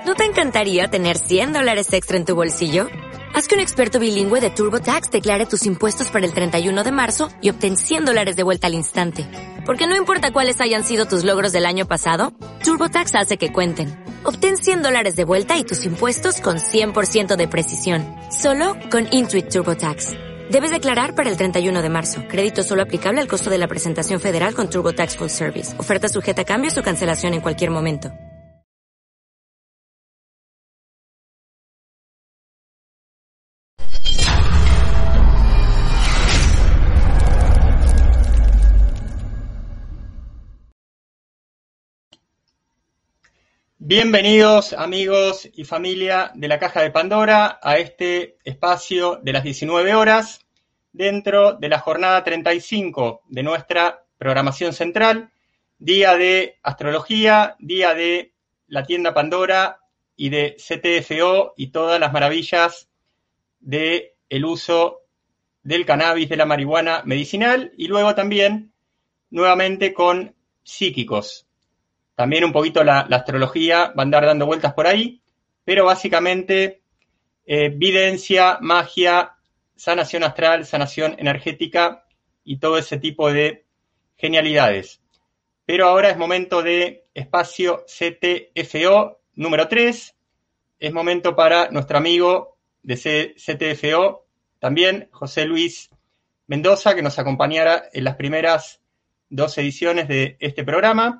¿No te encantaría tener $100 extra en tu bolsillo? Haz que un experto bilingüe de TurboTax declare tus impuestos para el 31 de marzo y obtén $100 de vuelta al instante. Porque no importa cuáles hayan sido tus logros del año pasado, TurboTax hace que cuenten. Obtén $100 de vuelta y tus impuestos con 100% de precisión. Solo con Intuit TurboTax. Debes declarar para el 31 de marzo. Crédito solo aplicable al costo de la presentación federal con TurboTax Full Service. Oferta sujeta a cambios o cancelación en cualquier momento. Bienvenidos amigos y familia de la Caja de Pandora a este espacio de las 19 horas dentro de la jornada 35 de nuestra programación central, día de astrología, día de la tienda Pandora y de CTFO y todas las maravillas del uso del cannabis, de la marihuana medicinal, y luego también nuevamente con psíquicos. También un poquito la astrología va a andar dando vueltas por ahí, pero básicamente videncia, magia, sanación astral, sanación energética y todo ese tipo de genialidades. Pero ahora es momento de espacio CTFO número 3. Es momento para nuestro amigo de CTFO, también José Luis Mendoza, que nos acompañara en las primeras 2 ediciones de este programa.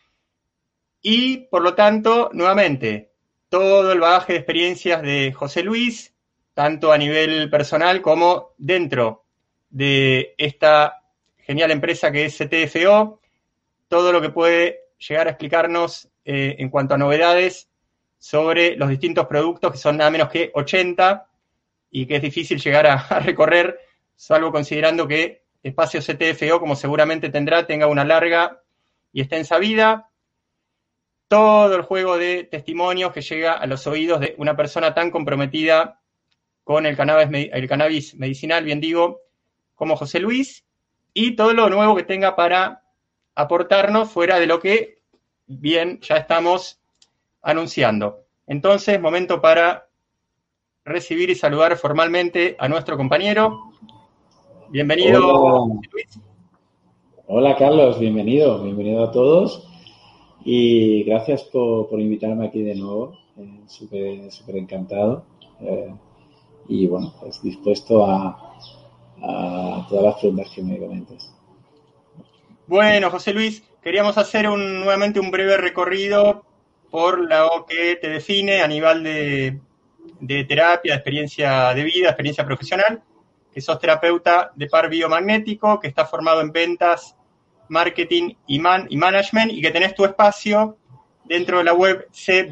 Y, por lo tanto, nuevamente, todo el bagaje de experiencias de José Luis, tanto a nivel personal como dentro de esta genial empresa que es CTFO, todo lo que puede llegar a explicarnos en cuanto a novedades sobre los distintos productos, que son nada menos que 80, y que es difícil llegar a recorrer, salvo considerando que Espacio CTFO, como seguramente tenga una larga y extensa vida. Todo el juego de testimonios que llega a los oídos de una persona tan comprometida con el cannabis medicinal, bien digo, como José Luis, y todo lo nuevo que tenga para aportarnos fuera de lo que bien ya estamos anunciando. Entonces, momento para recibir y saludar formalmente a nuestro compañero. Bienvenido, Hola. José Luis. Hola, Carlos, bienvenido a todos. Y gracias por invitarme aquí de nuevo, súper encantado. Y bueno, pues dispuesto a todas las preguntas que me comentes. Bueno, José Luis, queríamos hacer nuevamente un breve recorrido por lo que te define a nivel de terapia, de experiencia de vida, experiencia profesional, que sos terapeuta de par biomagnético, que está formado en ventas, marketing y management, y que tenés tu espacio dentro de la web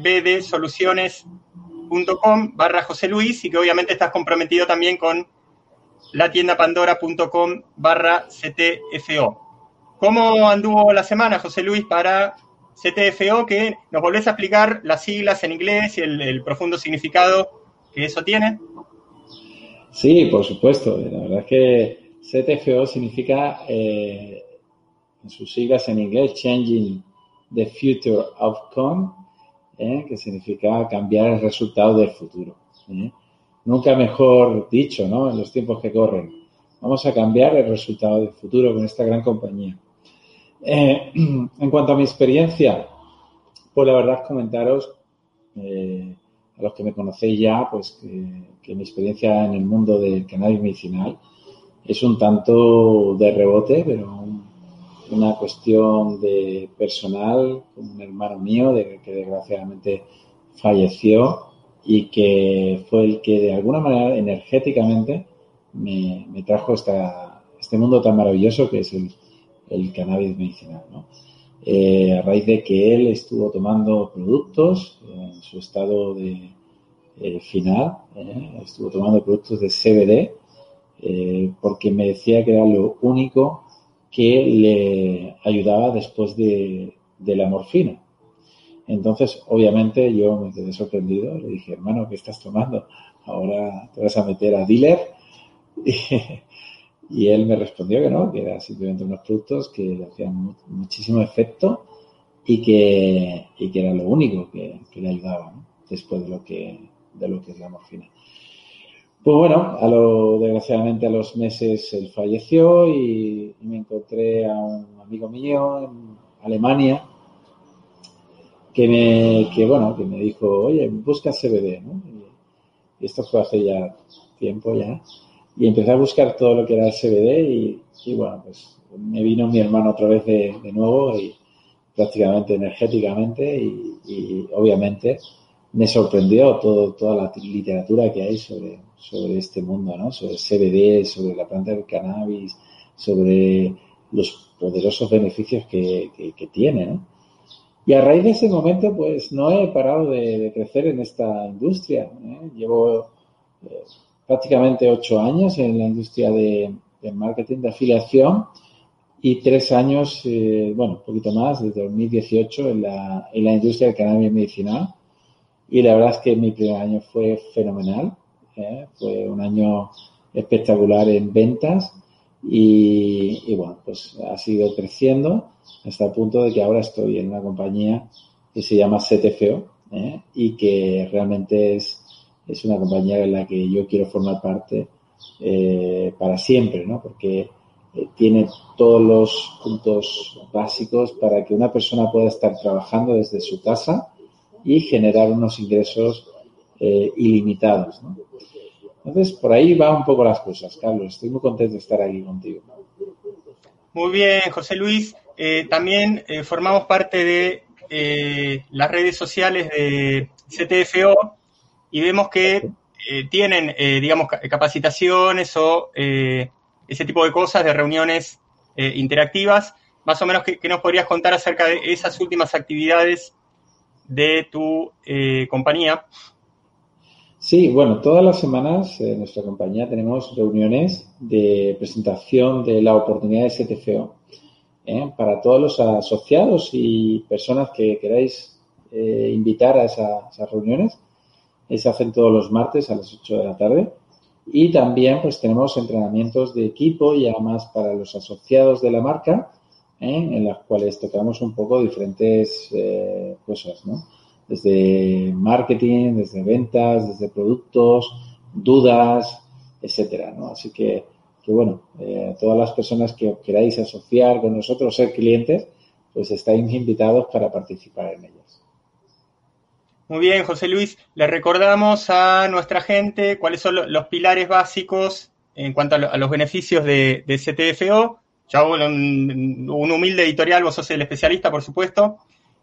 cbdsoluciones.com/José Luis, y que obviamente estás comprometido también con latiendapandora.com/CTFO. ¿Cómo anduvo la semana, José Luis, para CTFO? Que nos volvés a explicar las siglas en inglés y el profundo significado que eso tiene. Sí, por supuesto. La verdad es que CTFO significa, en sus siglas en inglés, Changing the Future Outcome, que significa cambiar el resultado del futuro. Nunca mejor dicho, ¿no? En los tiempos que corren. Vamos a cambiar el resultado del futuro con esta gran compañía. En cuanto a mi experiencia, pues la verdad es comentaros, a los que me conocéis ya, pues que mi experiencia en el mundo del cannabis medicinal es un tanto de rebote, pero una cuestión de personal, con un hermano mío que desgraciadamente falleció y que fue el que de alguna manera energéticamente me trajo este mundo tan maravilloso que es el cannabis medicinal, ¿no? A raíz de que él estuvo tomando productos en su estado de final, estuvo tomando productos de CBD, porque me decía que era lo único que le ayudaba después de la morfina. Entonces, obviamente, yo me quedé sorprendido. Le dije, hermano, ¿qué estás tomando? Ahora te vas a meter a dealer. Y él me respondió que no, que era simplemente unos productos que le hacían muchísimo efecto y que era lo único que le ayudaba, ¿no? después de lo que es la morfina. Pues bueno, desgraciadamente a los meses él falleció y me encontré a un amigo mío en Alemania que me dijo, oye, busca CBD, ¿no? Y esto fue hace ya tiempo ya. Y empecé a buscar todo lo que era el CBD y bueno, pues me vino mi hermano otra vez de nuevo y prácticamente energéticamente y obviamente me sorprendió toda la literatura que hay sobre este mundo, ¿no? Sobre el CBD, sobre la planta del cannabis, sobre los poderosos beneficios que tiene, ¿no? Y a raíz de ese momento, pues no he parado de crecer en esta industria, ¿eh? Llevo prácticamente 8 años en la industria de marketing de afiliación y 3 años, un poquito más, desde 2018 en la industria del cannabis medicinal. Y la verdad es que mi primer año fue fenomenal, fue un año espectacular en ventas y bueno, pues ha seguido creciendo hasta el punto de que ahora estoy en una compañía que se llama CTFO, y que realmente es una compañía en la que yo quiero formar parte para siempre, ¿no? Porque tiene todos los puntos básicos para que una persona pueda estar trabajando desde su casa y generar unos ingresos ilimitados, ¿no? Entonces, por ahí va un poco las cosas, Carlos. Estoy muy contento de estar aquí contigo. Muy bien, José Luis. También formamos parte de las redes sociales de CTFO y vemos que tienen, capacitaciones o ese tipo de cosas, de reuniones interactivas. Más o menos, ¿qué nos podrías contar acerca de esas últimas actividades de tu compañía? Sí, bueno, todas las semanas en nuestra compañía tenemos reuniones de presentación de la oportunidad de CTFO para todos los asociados y personas que queráis invitar a esas reuniones. Se hacen todos los martes a las 8 de la tarde. Y también pues tenemos entrenamientos de equipo ya más para los asociados de la marca, en las cuales tocamos un poco diferentes cosas, ¿no? Desde marketing, desde ventas, desde productos, dudas, etcétera, ¿no? Así que bueno, todas las personas que os queráis asociar con nosotros, ser clientes, pues estáis invitados para participar en ellas. Muy bien, José Luis. Le recordamos a nuestra gente cuáles son los pilares básicos en cuanto a los beneficios de CTFO. Yo hago un humilde editorial, vos sos el especialista, por supuesto.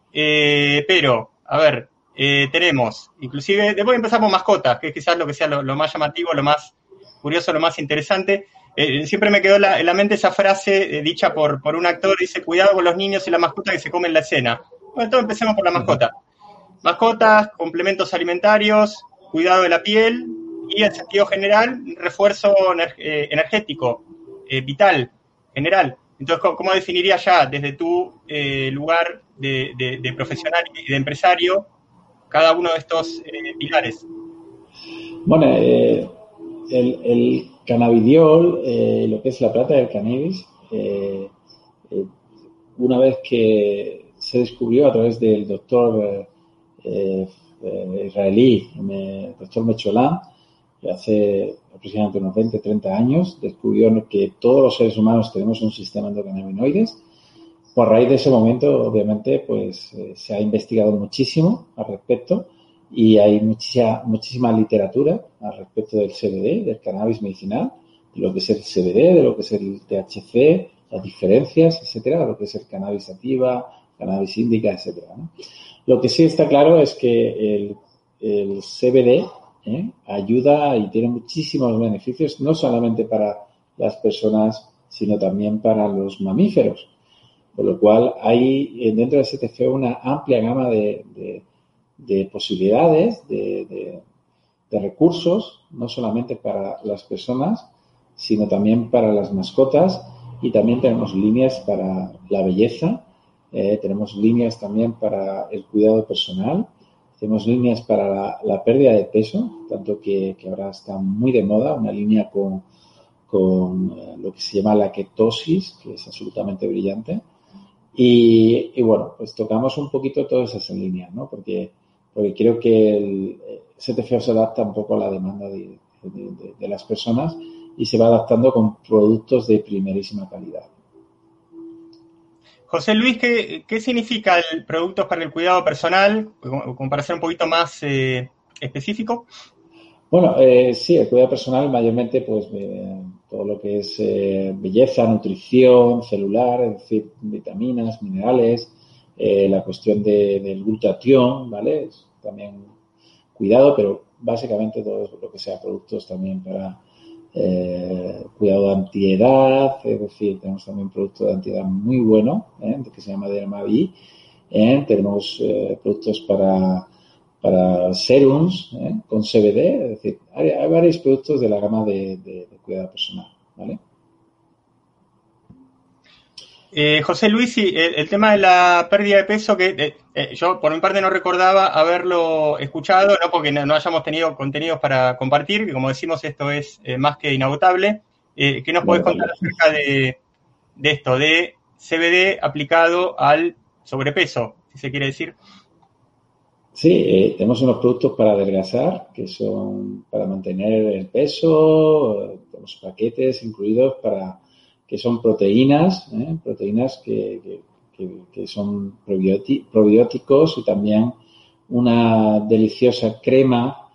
Pero, a ver, tenemos, inclusive, después empezar por mascotas, que es quizás lo que sea lo más llamativo, lo más curioso, lo más interesante. Siempre me quedó en la mente esa frase dicha por un actor, dice, cuidado con los niños y la mascota que se comen la cena. Bueno, entonces empecemos por la mascota. Mascotas, complementos alimentarios, cuidado de la piel y, en sentido general, refuerzo energético, vital, general. Entonces, ¿cómo definirías ya desde tu lugar de profesional y de empresario cada uno de estos pilares? Bueno, el cannabidiol, lo que es la planta del cannabis, una vez que se descubrió a través del doctor israelí, el doctor Mecholán, que hace aproximadamente unos 20-30 años, descubrió que todos los seres humanos tenemos un sistema endocannabinoides. Por raíz de ese momento, obviamente, pues se ha investigado muchísimo al respecto y hay muchísima literatura al respecto del CBD, del cannabis medicinal, de lo que es el CBD, de lo que es el THC, las diferencias, etcétera, de lo que es el cannabis sativa, cannabis indica, etcétera, ¿no? Lo que sí está claro es que el CBD ayuda y tiene muchísimos beneficios, no solamente para las personas, sino también para los mamíferos. Por lo cual hay dentro del CTFO una amplia gama de posibilidades, de recursos, no solamente para las personas, sino también para las mascotas, y también tenemos líneas para la belleza, tenemos líneas también para el cuidado personal, tenemos líneas para la pérdida de peso, tanto que ahora está muy de moda, una línea con lo que se llama la ketosis, que es absolutamente brillante. Y bueno, pues tocamos un poquito todas esas líneas, ¿no? Porque porque creo que el CTFO se adapta un poco a la demanda de las personas y se va adaptando con productos de primerísima calidad. José Luis, ¿qué significa el productos para el cuidado personal? Como para ser un poquito más específico. Bueno, sí, el cuidado personal mayormente, pues todo lo que es belleza, nutrición, celular, es decir, vitaminas, minerales, la cuestión del glutatión, ¿vale? Es también cuidado, pero básicamente todo lo que sea productos también para cuidado de antiedad, es decir, tenemos también un producto de antiedad muy bueno, que se llama Dermavi, tenemos productos para serums con CBD, es decir, hay varios productos de la gama de cuidado personal, ¿vale? José Luis, sí, el tema de la pérdida de peso, que yo por mi parte no recordaba haberlo escuchado, no porque no hayamos tenido contenidos para compartir, que como decimos esto es más que inagotable. ¿Qué nos podés contar acerca de esto, de CBD aplicado al sobrepeso, si se quiere decir? Sí, tenemos unos productos para adelgazar, que son para mantener el peso, tenemos paquetes incluidos que son proteínas que son probióticos y también una deliciosa crema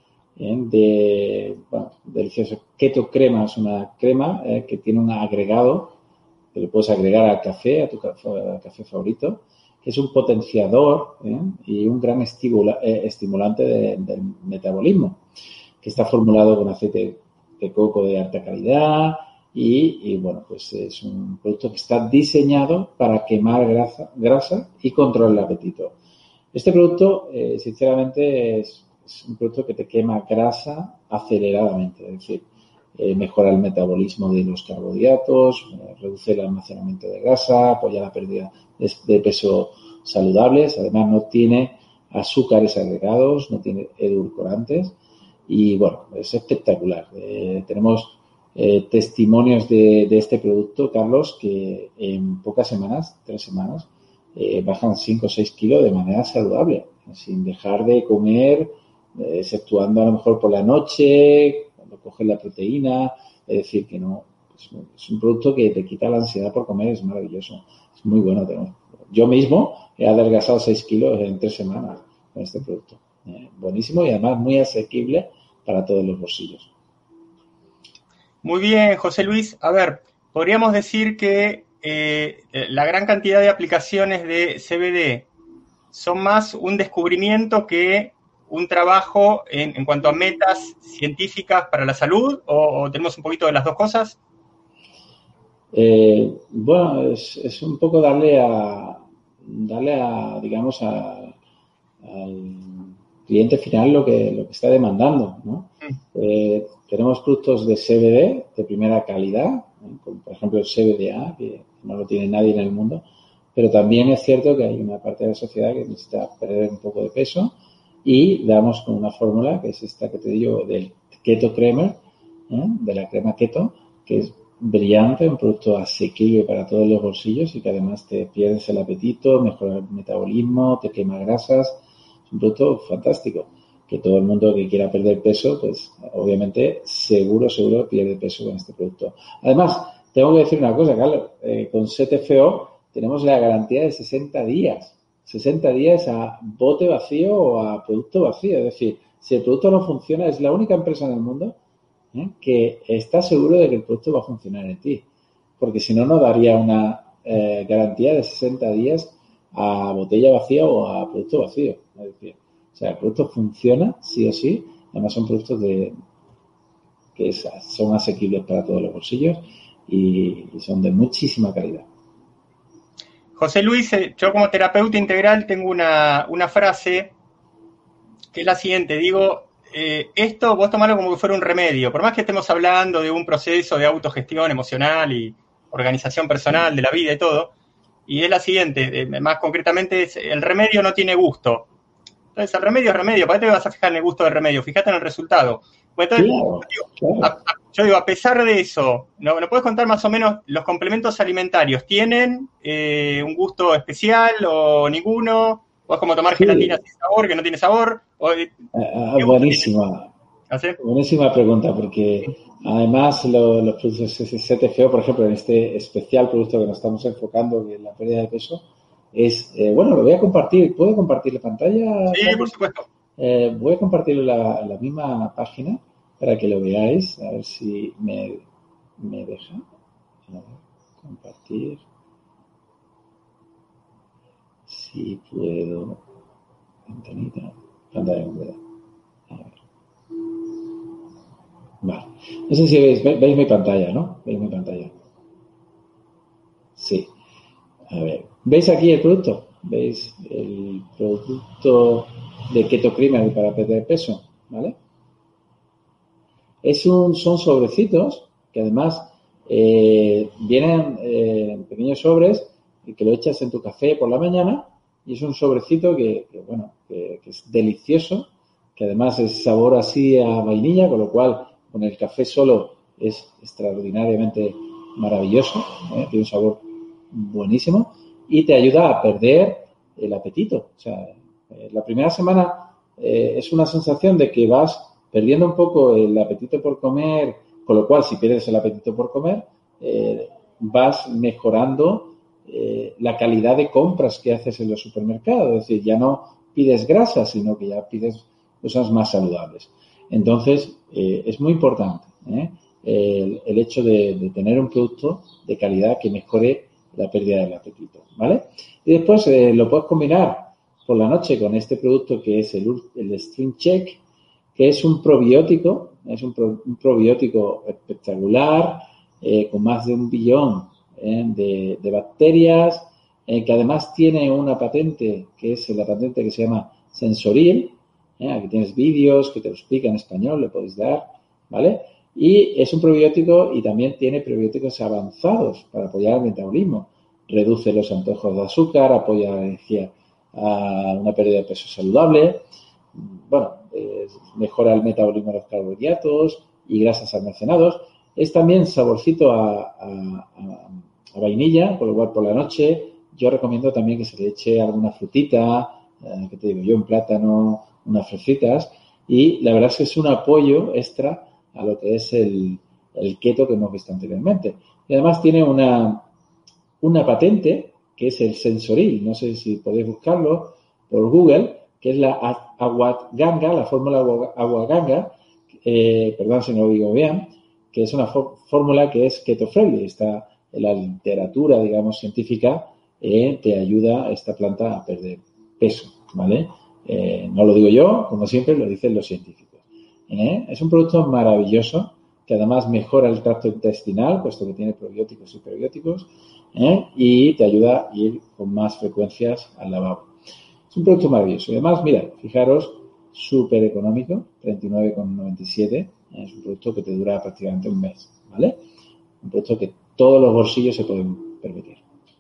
deliciosa keto crema, es una crema que tiene un agregado que le puedes agregar al café, a tu café favorito, que es un potenciador y un gran estimulante del metabolismo, que está formulado con aceite de coco de alta calidad y bueno, pues es un producto que está diseñado para quemar grasa y controlar el apetito. Este producto, sinceramente, es un producto que te quema grasa aceleradamente, es decir, mejora el metabolismo de los carbohidratos, reduce el almacenamiento de grasa, apoya la pérdida de peso saludables, además no tiene azúcares agregados, no tiene edulcorantes y bueno, es espectacular. Tenemos testimonios de este producto, Carlos, que en pocas semanas, 3 semanas, bajan 5 o 6 kilos de manera saludable, sin dejar de comer, exceptuando a lo mejor por la noche, cuando coges la proteína, es decir, que no, es un producto que te quita la ansiedad por comer, es maravilloso, es muy bueno. Yo mismo he adelgazado 6 kilos en 3 semanas con este producto. Buenísimo y además muy asequible para todos los bolsillos. Muy bien, José Luis. A ver, podríamos decir que la gran cantidad de aplicaciones de CBD son más un descubrimiento que un trabajo en cuanto a metas científicas para la salud, o tenemos un poquito de las dos cosas. Bueno, es un poco darle a digamos, al cliente final lo que está demandando, ¿no? Tenemos productos de CBD de primera calidad, como por ejemplo el CBDA, que no lo tiene nadie en el mundo, pero también es cierto que hay una parte de la sociedad que necesita perder un poco de peso y damos con una fórmula que es esta que te digo del Keto Creamer, de la crema keto, que es brillante, un producto asequible para todos los bolsillos y que además te pierdes el apetito, mejora el metabolismo, te quema grasas. Es un producto fantástico, que todo el mundo que quiera perder peso, pues obviamente seguro pierde peso con este producto. Además, tengo que decir una cosa, Carlos, con CTFO tenemos la garantía de 60 días. 60 días a bote vacío o a producto vacío. Es decir, si el producto no funciona, es la única empresa en el mundo que está seguro de que el producto va a funcionar en ti. Porque si no, no daría una garantía de 60 días a botella vacía o a producto vacío. Es decir, o sea, el producto funciona sí o sí. Además son productos que son asequibles para todos los bolsillos y son de muchísima calidad. José Luis, yo como terapeuta integral tengo una frase que es la siguiente. Digo, esto vos tomalo como que fuera un remedio. Por más que estemos hablando de un proceso de autogestión emocional y organización personal de la vida y todo, y es la siguiente, más concretamente, el remedio no tiene gusto. Entonces, el remedio es remedio. ¿Para qué te vas a fijar en el gusto del remedio? Fíjate en el resultado. Bueno, entonces, claro. Yo digo, a pesar de eso, ¿no puedes contar más o menos los complementos alimentarios? ¿Tienen un gusto especial o ninguno? ¿O es como tomar gelatina sin sabor, que no tiene sabor? Buenísima. ¿Así? Buenísima pregunta, porque además los productos CTFO, por ejemplo, en este especial producto que nos estamos enfocando, que es la pérdida de peso, bueno, lo voy a compartir. ¿Puedo compartir la pantalla, Sí, Carlos? por supuesto. Voy a compartirlo en la misma página para que lo veáis, a ver si me deja. A ver, compartir. Si puedo. Ventanita. Pantalla completa. A ver. Vale. No sé si veis mi pantalla, ¿no? ¿Veis mi pantalla? Sí. A ver. ¿Veis aquí el producto? ¿Veis el producto de Keto Creamer para perder peso? ¿Vale? Son sobrecitos que además vienen en pequeños sobres y que lo echas en tu café por la mañana y es un sobrecito que es delicioso, que además es sabor así a vainilla, con lo cual con el café solo es extraordinariamente maravilloso, tiene un sabor buenísimo y te ayuda a perder el apetito. O sea, la primera semana es una sensación de que vas perdiendo un poco el apetito por comer, con lo cual si pierdes el apetito por comer, vas mejorando la calidad de compras que haces en los supermercados. Es decir, ya no pides grasa, sino que ya pides cosas más saludables. Entonces, es muy importante el hecho de tener un producto de calidad que mejore la pérdida del apetito, ¿vale? Y después lo puedes combinar por la noche con este producto que es el Stream Check, que es un probiótico, un probiótico espectacular, con más de 1 billón de bacterias, que además tiene una patente, que es la patente que se llama Sensoril. Aquí tienes vídeos que te lo explican en español, le podéis dar, ¿vale? Y es un probiótico y también tiene probióticos avanzados para apoyar el metabolismo. Reduce los antojos de azúcar, apoya la energía a una pérdida de peso saludable. Bueno, mejora el metabolismo de los carbohidratos y grasas almacenados. Es también saborcito a vainilla, con lo cual por la noche yo recomiendo también que se le eche alguna frutita, que te digo yo, un plátano, unas fresitas, y la verdad es que es un apoyo extra a lo que es el keto que hemos visto anteriormente. Y además tiene una patente que es el Sensoril, no sé si podéis buscarlo por Google, que es la Aguaganga, la fórmula Aguaganga, perdón si no lo digo bien, que es una fórmula que es keto-friendly. Está en la literatura, digamos, científica, te ayuda a esta planta a perder peso, ¿vale? No lo digo yo, como siempre, lo dicen los científicos. Es un producto maravilloso que además mejora el tracto intestinal, puesto que tiene probióticos y prebióticos, y te ayuda a ir con más frecuencias al lavabo. Es un producto maravilloso. Y además, mira, fijaros, súper económico, 39,97. Es un producto que te dura prácticamente un mes, ¿vale? Un producto que todos los bolsillos se pueden permitir.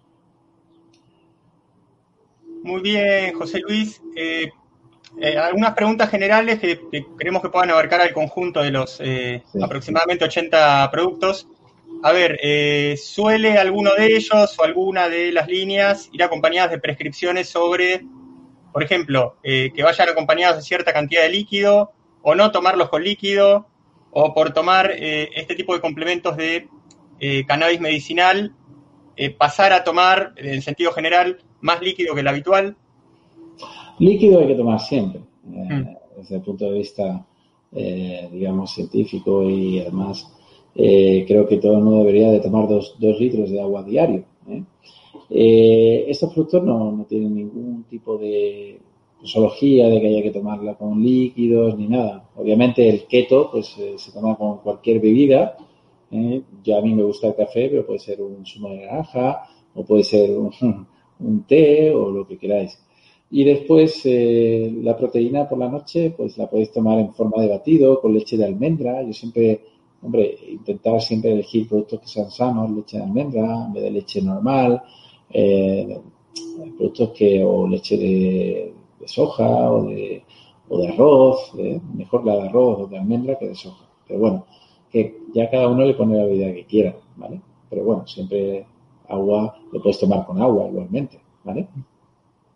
Muy bien, José Luis. Algunas preguntas generales que queremos que puedan abarcar al conjunto de los aproximadamente 80 productos. A ver, ¿suele alguno de ellos o alguna de las líneas ir acompañadas de prescripciones sobre, por ejemplo, que vayan acompañados de cierta cantidad de líquido o no tomarlos con líquido, o por tomar este tipo de complementos de cannabis medicinal, pasar a tomar, en sentido general, más líquido que el habitual? Líquido hay que tomar siempre, desde el punto de vista, digamos, científico, y además creo que todo el mundo debería de tomar 2 litros de agua diario. Estos productos no tienen ningún tipo de posología de que haya que tomarla con líquidos ni nada. Obviamente el keto pues se toma con cualquier bebida. Ya a mí me gusta el café, pero puede ser un zumo de naranja o puede ser un té o lo que queráis. Y después la proteína por la noche pues la podéis tomar en forma de batido con leche de almendra. Yo siempre, intentar siempre elegir productos que sean sanos, leche de almendra en vez de leche normal, productos o leche de soja o de arroz, mejor la de arroz o de almendra que de soja. Pero bueno, que ya cada uno le pone la bebida que quiera, ¿vale? Pero bueno, siempre agua, lo puedes tomar con agua igualmente, ¿vale?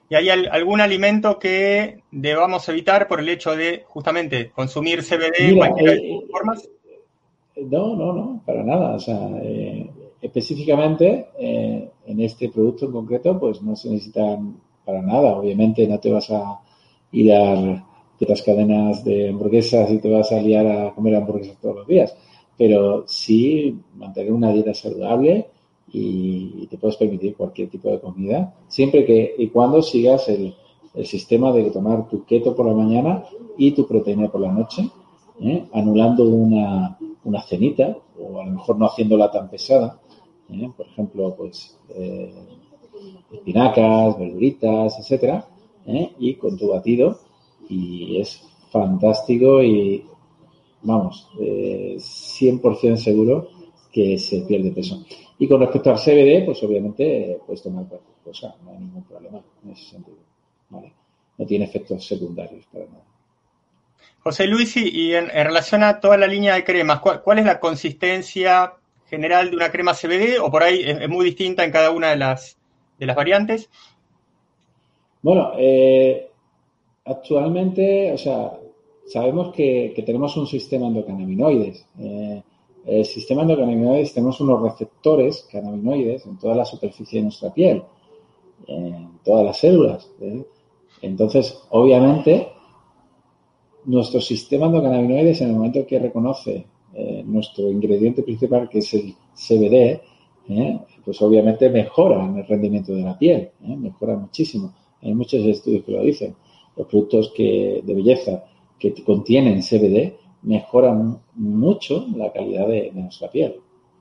¿Y hay algún alimento que debamos evitar por el hecho de justamente consumir CBD en Mira, cualquiera de sus formas? no, para nada. O sea, específicamente en este producto en concreto, pues no se necesitan para nada. Obviamente no te vas a ir a ciertas cadenas de hamburguesas y te vas a liar a comer hamburguesas todos los días, pero sí mantener una dieta saludable y te puedes permitir cualquier tipo de comida, siempre que y cuando sigas el sistema de tomar tu keto por la mañana y tu proteína por la noche, anulando una cenita, o a lo mejor no haciéndola tan pesada, por ejemplo, pues espinacas, verduritas, etcétera, y con tu batido, y es fantástico y vamos, 100% seguro que se pierde peso. Y con respecto al CBD, pues obviamente puedes tomar cualquier cosa, no hay ningún problema en ese sentido, ¿vale? No tiene efectos secundarios para nada. José Luis, y en relación a toda la línea de cremas, ¿cuál es la consistencia general de una crema CBD? ¿O por ahí es muy distinta en cada una de las variantes? Bueno, actualmente, o sea, sabemos que tenemos un sistema endocannabinoides. El sistema endocannabinoides tenemos unos receptores cannabinoides en toda la superficie de nuestra piel, en todas las células. Entonces, obviamente, nuestro sistema endocannabinoides, en el momento que reconoce nuestro ingrediente principal, que es el CBD, pues obviamente mejora el rendimiento de la piel, mejora muchísimo. Hay muchos estudios que lo dicen. Los productos de belleza que contienen CBD mejoran mucho la calidad de nuestra piel.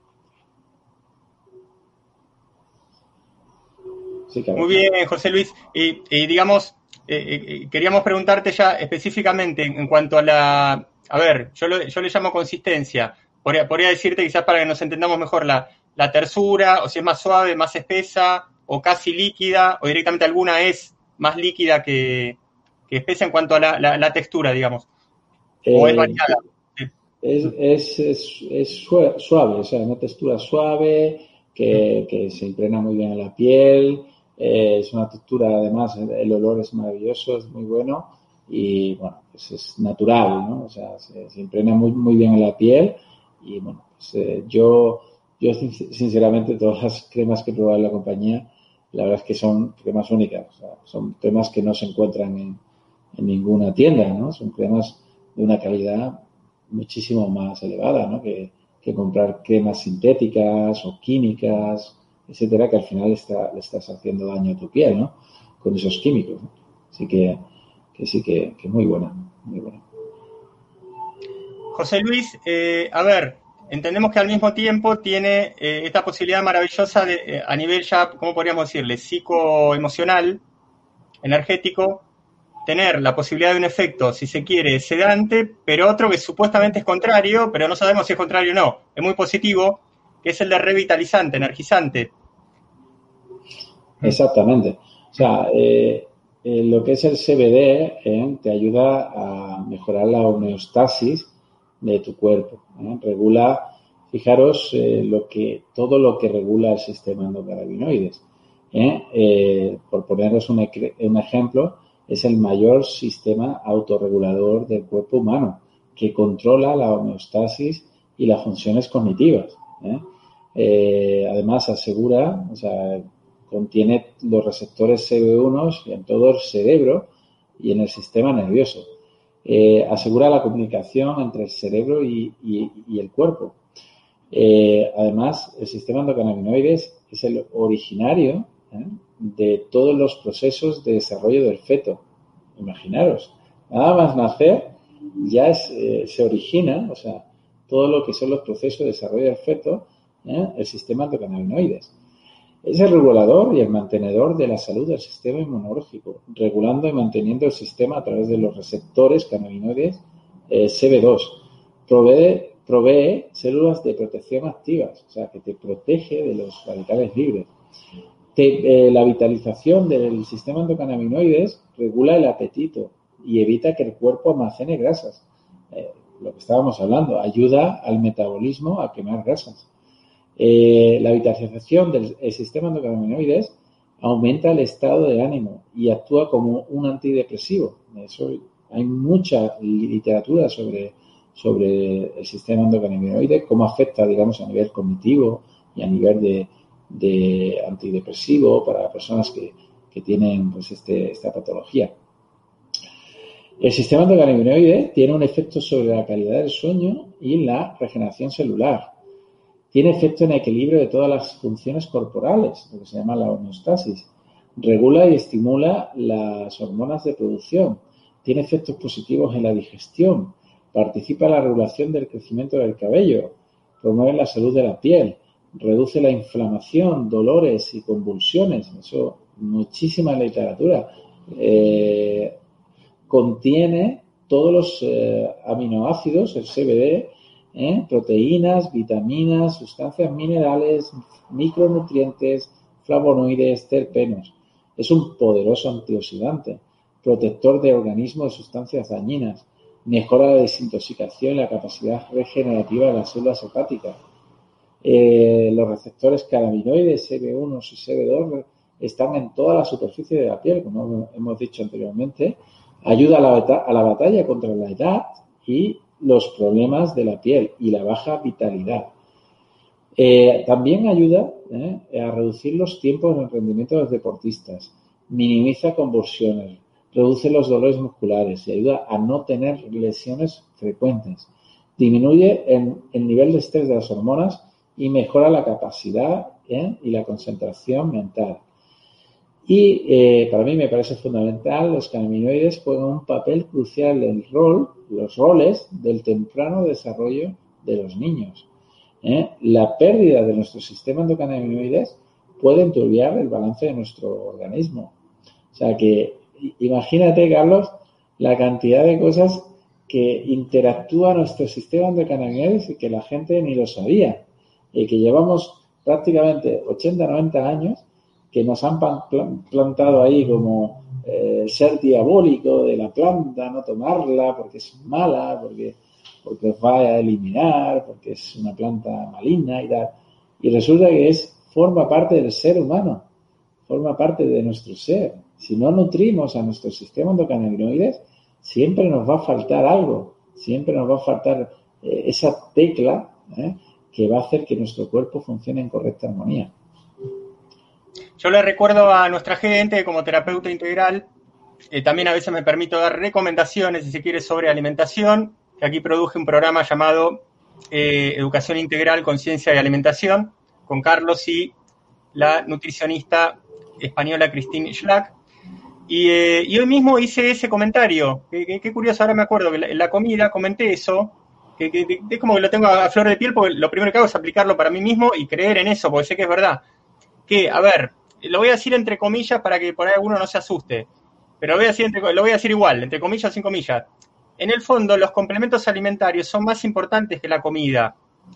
Sí, claro. Muy bien, José Luis. Y digamos, queríamos preguntarte ya específicamente en cuanto a a ver, yo le llamo consistencia. Podría decirte quizás para que nos entendamos mejor la tersura, o si es más suave, más espesa, o casi líquida, o directamente alguna es más líquida que espesa en cuanto a la textura, digamos. O es variada. Es suave, o sea, una textura suave que se impregna muy bien en la piel. Es una textura, además, el olor es maravilloso, es muy bueno y, bueno, pues es natural, ¿no? O sea, se impregna muy bien en la piel y, bueno, pues yo sinceramente todas las cremas que he probado en la compañía, la verdad es que son cremas únicas, o sea, son cremas que no se encuentran en ninguna tienda, ¿no? Son cremas de una calidad muchísimo más elevada, ¿no? que comprar cremas sintéticas o químicas, etcétera, que al final le estás haciendo daño a tu piel, ¿no? Con esos químicos, ¿no? Así que sí que muy buena, muy buena. José Luis, a ver, entendemos que al mismo tiempo tiene esta posibilidad maravillosa de, a nivel ya, ¿cómo podríamos decirle? Psicoemocional, energético, tener la posibilidad de un efecto, si se quiere, sedante, pero otro que supuestamente es contrario, pero no sabemos si es contrario o no. Es muy positivo, que es el de revitalizante, energizante. Exactamente. O sea, lo que es el CBD te ayuda a mejorar la homeostasis de tu cuerpo. Regula, fijaros, todo lo que regula el sistema endocannabinoides. Por poneros un ejemplo, es el mayor sistema autorregulador del cuerpo humano, que controla la homeostasis y las funciones cognitivas. Además, asegura, o sea, contiene los receptores CB1 en todo el cerebro y en el sistema nervioso. Asegura la comunicación entre el cerebro y el cuerpo. Además, el sistema endocannabinoides es el originario de todos los procesos de desarrollo del feto. Imaginaros, nada más nacer ya se origina, o sea, todo lo que son los procesos de desarrollo del feto, el sistema endocannabinoides. Es el regulador y el mantenedor de la salud del sistema inmunológico, regulando y manteniendo el sistema a través de los receptores cannabinoides CB2. Provee células de protección activas, o sea, que te protege de los radicales libres. La vitalización del sistema endocannabinoides regula el apetito y evita que el cuerpo almacene grasas. Lo que estábamos hablando, ayuda al metabolismo a quemar grasas. La vitalización del sistema endocannabinoides aumenta el estado de ánimo y actúa como un antidepresivo. Eso, hay mucha literatura sobre el sistema endocannabinoide, cómo afecta, digamos, a nivel cognitivo y a nivel de antidepresivo para personas que tienen pues esta patología. El sistema endocannabinoide tiene un efecto sobre la calidad del sueño y la regeneración celular. Tiene efecto en el equilibrio de todas las funciones corporales, lo que se llama la homeostasis. Regula y estimula las hormonas de producción. Tiene efectos positivos en la digestión. Participa en la regulación del crecimiento del cabello. Promueve la salud de la piel. Reduce la inflamación, dolores y convulsiones. Eso, muchísima literatura. Contiene todos los aminoácidos, el CBD, proteínas, vitaminas, sustancias minerales, micronutrientes, flavonoides, terpenos. Es un poderoso antioxidante, protector de organismos de sustancias dañinas, mejora la desintoxicación y la capacidad regenerativa de las células hepáticas. Los receptores cannabinoides CB1 y CB2 están en toda la superficie de la piel, como hemos dicho anteriormente. Ayuda a la batalla contra la edad y los problemas de la piel y la baja vitalidad. También ayuda a reducir los tiempos en el rendimiento de los deportistas, minimiza convulsiones, reduce los dolores musculares y ayuda a no tener lesiones frecuentes. Disminuye el nivel de estrés de las hormonas y mejora la capacidad y la concentración mental. Y para mí me parece fundamental, los cannabinoides juegan un papel crucial en los roles del temprano desarrollo de los niños. La pérdida de nuestro sistema endocannabinoides puede enturbiar el balance de nuestro organismo. O sea que imagínate, Carlos, la cantidad de cosas que interactúa nuestro sistema endocannabinoides y que la gente ni lo sabía. Y que llevamos prácticamente 80, 90 años que nos han plantado ahí como ser diabólico de la planta, no tomarla porque es mala, porque os va a eliminar, porque es una planta maligna y tal. Y resulta que forma parte del ser humano, forma parte de nuestro ser. Si no nutrimos a nuestro sistema endocannabinoides, siempre nos va a faltar algo, siempre nos va a faltar esa tecla que va a hacer que nuestro cuerpo funcione en correcta armonía. Yo le recuerdo a nuestra gente, como terapeuta integral, también a veces me permito dar recomendaciones, si se quiere, sobre alimentación, que aquí produje un programa llamado Educación Integral, Conciencia y Alimentación, con Carlos y la nutricionista española Christine Schlack. Y hoy mismo hice ese comentario, qué curioso, ahora me acuerdo que en la comida comenté eso, que es como que lo tengo a flor de piel, porque lo primero que hago es aplicarlo para mí mismo y creer en eso, porque sé que es verdad. Que, a ver, lo voy a decir entre comillas para que por ahí alguno no se asuste, pero lo voy a decir igual, entre comillas, sin comillas. En el fondo, los complementos alimentarios son más importantes que la comida.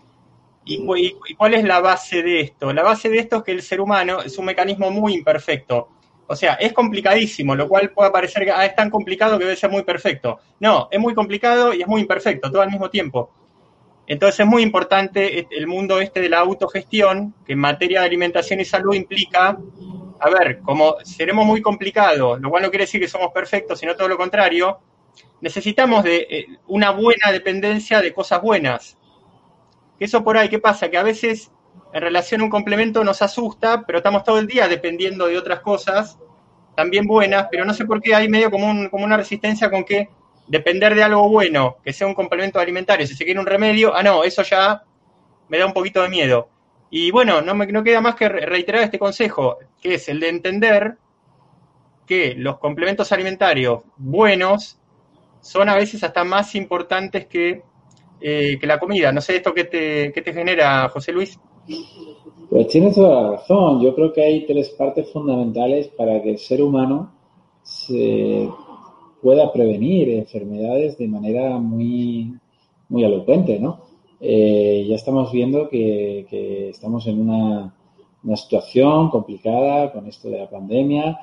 ¿Y cuál es la base de esto? La base de esto es que el ser humano es un mecanismo muy imperfecto. O sea, es complicadísimo, lo cual puede parecer que es tan complicado que debe ser muy perfecto. No, es muy complicado y es muy imperfecto, todo al mismo tiempo. Entonces es muy importante el mundo de la autogestión, que en materia de alimentación y salud implica, a ver, como seremos muy complicados, lo cual no quiere decir que somos perfectos, sino todo lo contrario, necesitamos de una buena dependencia de cosas buenas. Que eso por ahí, ¿qué pasa? Que a veces en relación a un complemento nos asusta, pero estamos todo el día dependiendo de otras cosas, también buenas, pero no sé por qué hay medio como una resistencia con que depender de algo bueno, que sea un complemento alimentario, si se quiere un remedio, no, eso ya me da un poquito de miedo. Y bueno, no queda más que reiterar este consejo, que es el de entender que los complementos alimentarios buenos son a veces hasta más importantes que la comida. No sé esto qué te genera, José Luis. Pues tienes toda la razón. Yo creo que hay 3 partes fundamentales para que el ser humano se pueda prevenir enfermedades de manera muy, muy elocuente, ¿no? Ya estamos viendo que estamos en una situación complicada con esto de la pandemia.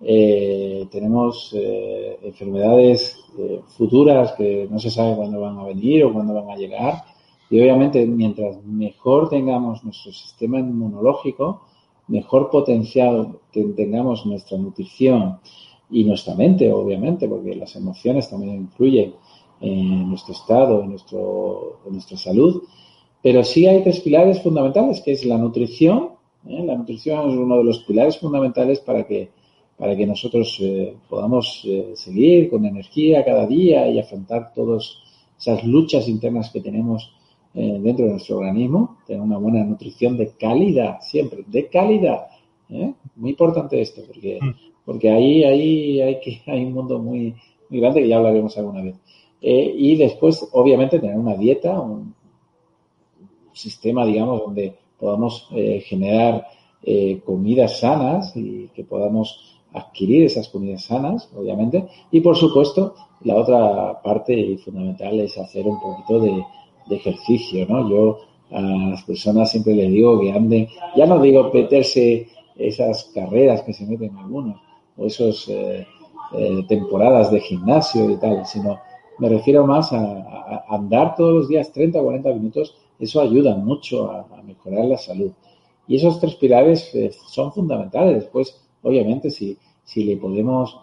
Tenemos enfermedades futuras que no se sabe cuándo van a venir o cuándo van a llegar. Y obviamente, mientras mejor tengamos nuestro sistema inmunológico, mejor potenciado tengamos nuestra nutrición y nuestra mente, obviamente, porque las emociones también influyen en nuestro estado, en nuestra salud. Pero sí hay 3 pilares fundamentales, que es la nutrición. La nutrición es uno de los pilares fundamentales para que nosotros podamos seguir con energía cada día y afrontar todas esas luchas internas que tenemos dentro de nuestro organismo. Tener una buena nutrición de calidad, siempre, de calidad. Muy importante esto, porque ahí hay un mundo muy, muy grande que ya hablaremos alguna vez. Y después, obviamente, tener una dieta, un sistema, digamos, donde podamos generar comidas sanas y que podamos adquirir esas comidas sanas, obviamente. Y, por supuesto, la otra parte fundamental es hacer un poquito de ejercicio, ¿no? Yo a las personas siempre les digo que anden, ya no digo meterse esas carreras que se meten algunos, o esas temporadas de gimnasio y tal, sino me refiero más a andar todos los días 30 o 40 minutos. Eso ayuda mucho a mejorar la salud. Y esos 3 pilares son fundamentales. Después, obviamente, si le podemos,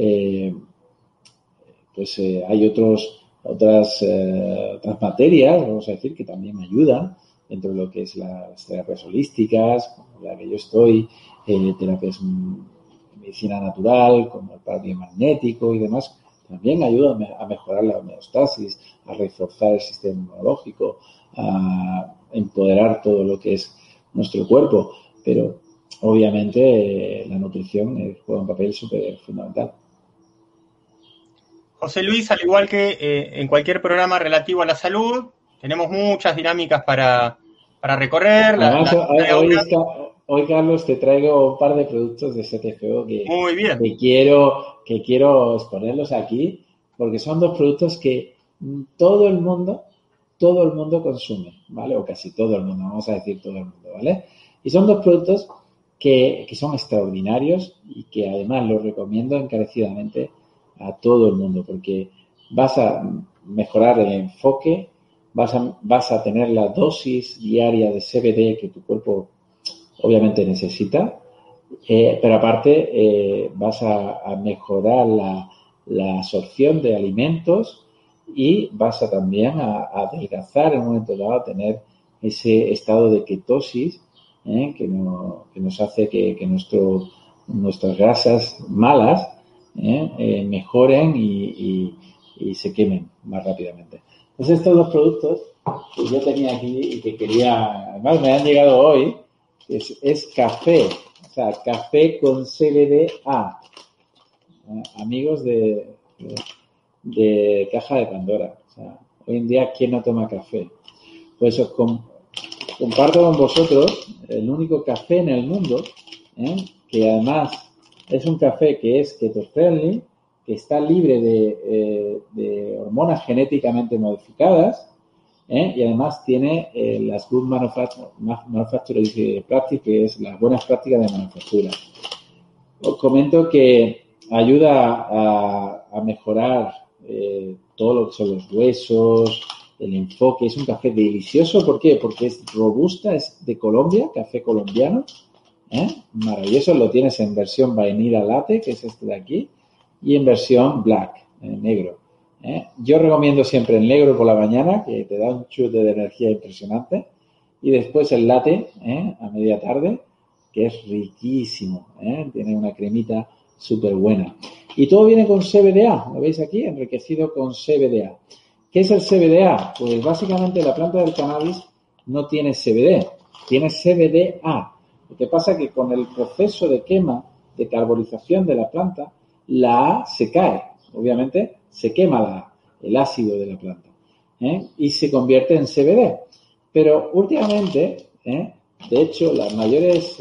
hay otras materias, vamos a decir, que también ayudan dentro de lo que es las terapias holísticas, como la que yo estoy, terapias medicina natural, como el par biomagnético y demás, también ayuda a mejorar la homeostasis, a reforzar el sistema inmunológico, a empoderar todo lo que es nuestro cuerpo. Pero, obviamente, la nutrición juega un papel súper fundamental. José Luis, al igual que en cualquier programa relativo a la salud, tenemos muchas dinámicas para recorrer. Además, hoy, Carlos, te traigo un par de productos de STFO que quiero exponerlos aquí, porque son 2 productos que todo el mundo consume, ¿vale? O casi todo el mundo, vamos a decir todo el mundo, ¿vale? Y son 2 productos que son extraordinarios y que además los recomiendo encarecidamente a todo el mundo, porque vas a mejorar el enfoque, vas a tener la dosis diaria de CBD que tu cuerpo obviamente necesita, pero aparte vas a mejorar la absorción de alimentos y vas a también a adelgazar en un momento dado, a tener ese estado de ketosis que nos hace que nuestras grasas malas mejoren y se quemen más rápidamente. Entonces, estos 2 productos que yo tenía aquí y que quería, además me han llegado hoy, es café, o sea, café con CBDA. Amigos de Caja de Pandora. O sea, hoy en día, ¿quién no toma café? Pues os comparto con vosotros el único café en el mundo que además es un café que es keto-friendly, que está libre de hormonas genéticamente modificadas, y además tiene las Good Manufacturing Practices, que es las buenas prácticas de manufactura. Os comento que ayuda a mejorar todo lo que son los huesos, el enfoque. Es un café delicioso. ¿Por qué? Porque es robusta, es de Colombia, café colombiano. Maravilloso. Lo tienes en versión vainilla latte, que es este de aquí, y en versión black, negro. Yo recomiendo siempre el negro por la mañana, que te da un chute de energía impresionante, y después el latte a media tarde, que es riquísimo, tiene una cremita súper buena. Y todo viene con CBDA, ¿lo veis aquí? Enriquecido con CBDA. ¿Qué es el CBDA? Pues básicamente la planta del cannabis no tiene CBD, tiene CBDA. Lo que pasa es que con el proceso de quema, de carbonización de la planta, la A se cae. Obviamente se quema el ácido de la planta y se convierte en CBD. Pero últimamente, de hecho, las mayores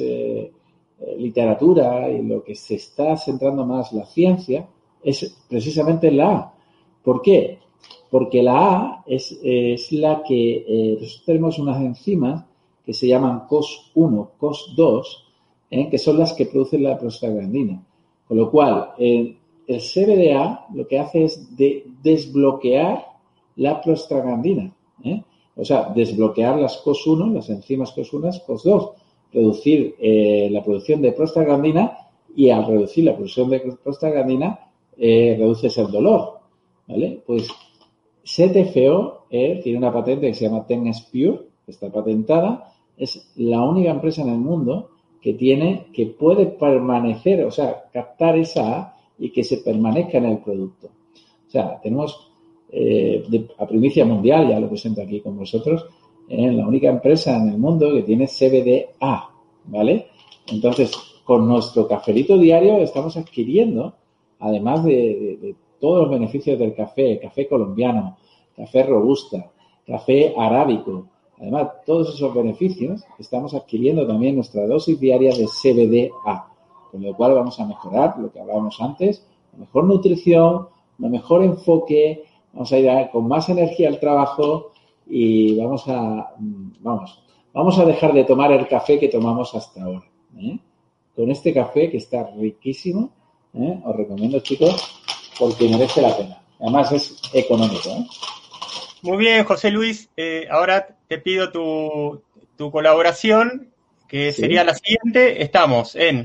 literatura y lo que se está centrando más la ciencia es precisamente la A. ¿Por qué? Porque la A es la que nosotros tenemos unas enzimas que se llaman COS1, COS2, que son las que producen la prostaglandina. Con lo cual, el CBDA lo que hace es desbloquear la prostaglandina. O sea, desbloquear las COS1, las enzimas COS1, COS2. reducir la producción de prostaglandina y al reducir la producción de prostaglandina reduces el dolor, ¿vale? Pues CTFO tiene una patente que se llama Tennex Pure, que está patentada, es la única empresa en el mundo que puede permanecer, o sea, captar esa A y que se permanezca en el producto. O sea, tenemos a primicia mundial, ya lo presento aquí con vosotros, la única empresa en el mundo que tiene CBD-A, ¿vale? Entonces, con nuestro cafelito diario estamos adquiriendo, además de todos los beneficios del café colombiano, café robusta, café arábico, además todos esos beneficios, estamos adquiriendo también nuestra dosis diaria de CBD-A, con lo cual vamos a mejorar lo que hablábamos antes, mejor nutrición, un mejor enfoque, vamos a ir con más energía al trabajo y vamos a dejar de tomar el café que tomamos hasta ahora. Con este café que está riquísimo, os recomiendo, chicos, porque merece la pena. Además es económico. Muy bien, José Luis. Ahora te pido tu colaboración, que sería la siguiente. Estamos en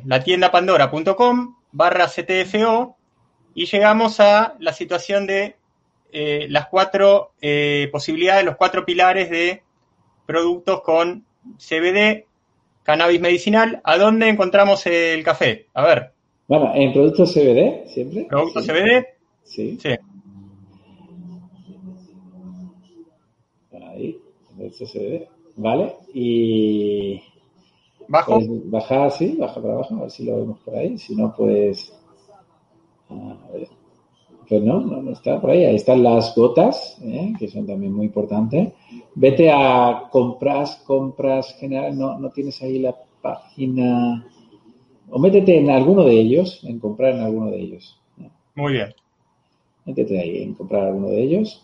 latiendapandora.com/CTFO y llegamos a la situación de las 4 posibilidades, los 4 pilares de productos con CBD, cannabis medicinal. ¿A dónde encontramos el café? A ver. Bueno, en productos CBD, siempre. ¿Productos CBD? Sí. Ahí, productos CBD. Vale. Y... ¿Bajo? Pues baja para abajo, a ver si lo vemos por ahí. Si no, pues... A ver. Pues no está por ahí. Ahí están las gotas, que son también muy importantes. Vete a compras generales. No tienes ahí la página... O métete en alguno de ellos, en comprar en alguno de ellos. Muy bien. Métete ahí en comprar alguno de ellos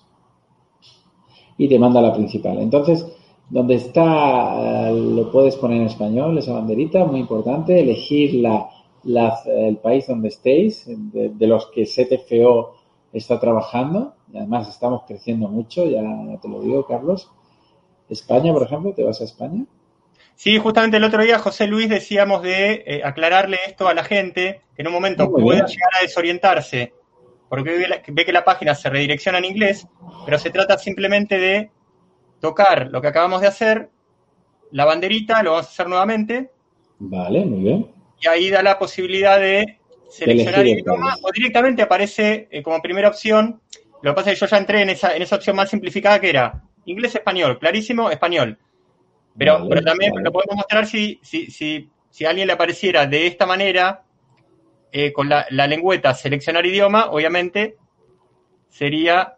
y te manda la principal. Entonces, donde está, lo puedes poner en español, esa banderita, muy importante. Elegir el país donde estéis, de los que CTFO está trabajando. Y además estamos creciendo mucho, ya te lo digo, Carlos. España, por ejemplo, ¿te vas a España? Sí, justamente el otro día, José Luis, decíamos de aclararle esto a la gente, que en un momento pueda llegar a desorientarse, porque ve que la página se redirecciona en inglés, pero se trata simplemente de tocar lo que acabamos de hacer, la banderita, lo vamos a hacer nuevamente. Vale, muy bien. Y ahí da la posibilidad de seleccionar el idioma, o directamente aparece como primera opción. Lo que pasa es que yo ya entré en esa opción más simplificada que era inglés-español, clarísimo, español. Pero también lo podemos mostrar si a alguien le apareciera de esta manera, con la lengüeta seleccionar idioma, obviamente sería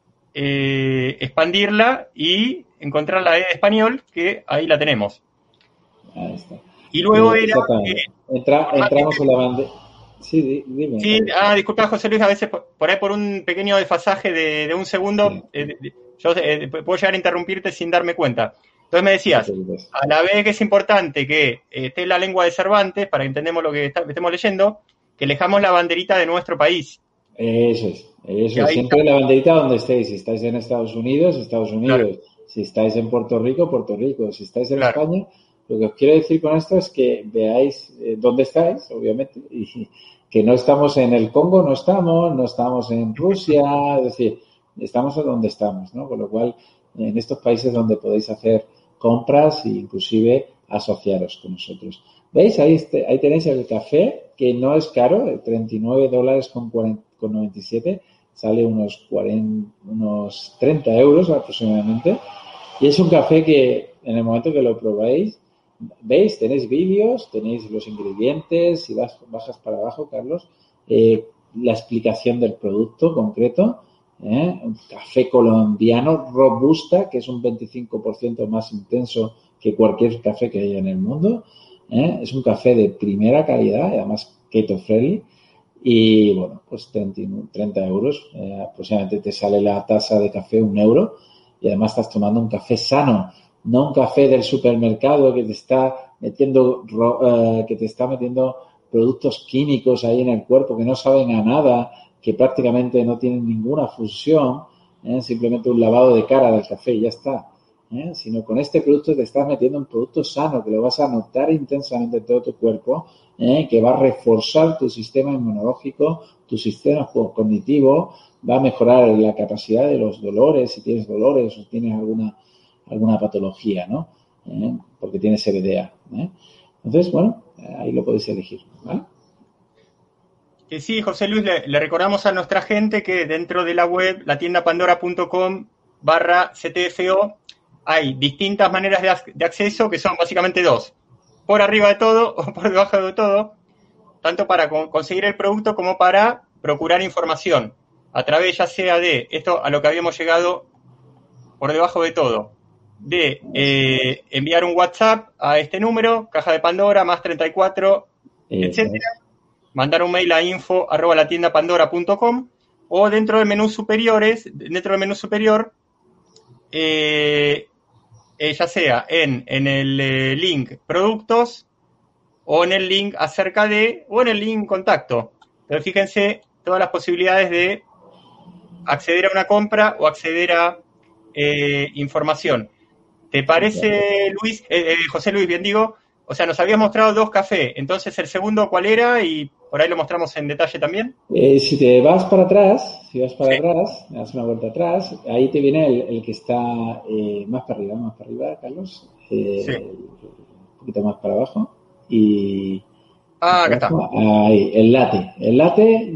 expandirla y encontrar la E de español, que ahí la tenemos. Ahí está. Y luego entramos en la bandera. Sí, dime. Sí, disculpa, José Luis, a veces por ahí por un pequeño desfasaje de un segundo, yo puedo llegar a interrumpirte sin darme cuenta. Entonces me decías, a la vez que es importante que esté la lengua de Cervantes, para que entendamos lo que estemos leyendo, que elijamos la banderita de nuestro país. Eso es. Siempre la banderita donde estéis. Si estáis en Estados Unidos, Claro. Si estáis en Puerto Rico, Si estáis en España, lo que os quiero decir con esto es que veáis dónde estáis, obviamente, y que no estamos en el Congo, no estamos en Rusia, es decir, estamos donde estamos, ¿no? Con lo cual, en estos países donde podéis hacer compras e inclusive asociaros con nosotros. ¿Veis? Ahí tenéis el café, que no es caro, $39.97, sale unos 30 euros aproximadamente. Y es un café que en el momento que lo probáis, ¿veis? Tenéis vídeos, tenéis los ingredientes, si bajas para abajo, Carlos, la explicación del producto concreto, un café colombiano robusta, que es un 25% más intenso que cualquier café que haya en el mundo. Es un café de primera calidad, además keto friendly, y bueno, pues 30 euros, aproximadamente te sale la taza de café €1, y además estás tomando un café sano, no un café del supermercado que te está metiendo productos químicos ahí en el cuerpo que no saben a nada, que prácticamente no tienen ninguna función, simplemente un lavado de cara del café y ya está. sino con este producto te estás metiendo un producto sano que lo vas a notar intensamente en todo tu cuerpo, que va a reforzar tu sistema inmunológico, tu sistema cognitivo, va a mejorar la capacidad de los dolores, si tienes dolores o tienes alguna patología, ¿no? Porque tienes CBDA. Entonces, bueno, ahí lo podéis elegir, ¿vale? Que sí, José Luis, le recordamos a nuestra gente que dentro de la web, latiendapandora.com/CTFO, hay distintas maneras de acceso, que son básicamente dos. Por arriba de todo o por debajo de todo, tanto para conseguir el producto como para procurar información, a través ya sea de esto a lo que habíamos llegado por debajo de todo, de enviar un WhatsApp a este número, Caja de Pandora, +34, etcétera, mandar un mail a info@latiendapandora.com, o dentro del menú superior, ya sea en el link productos, o en el link acerca de, o en el link contacto. Pero fíjense todas las posibilidades de acceder a una compra o acceder a información. ¿Te parece, Luis, José Luis, bien digo? O sea, nos habías mostrado 2 cafés, entonces el segundo, ¿cuál era? Y por ahí lo mostramos en detalle también. Si te vas para atrás, atrás, das una vuelta atrás, ahí te viene el que está más para arriba, Carlos, Sí. un poquito más para abajo, y acá está. Ahí, el latte. El latte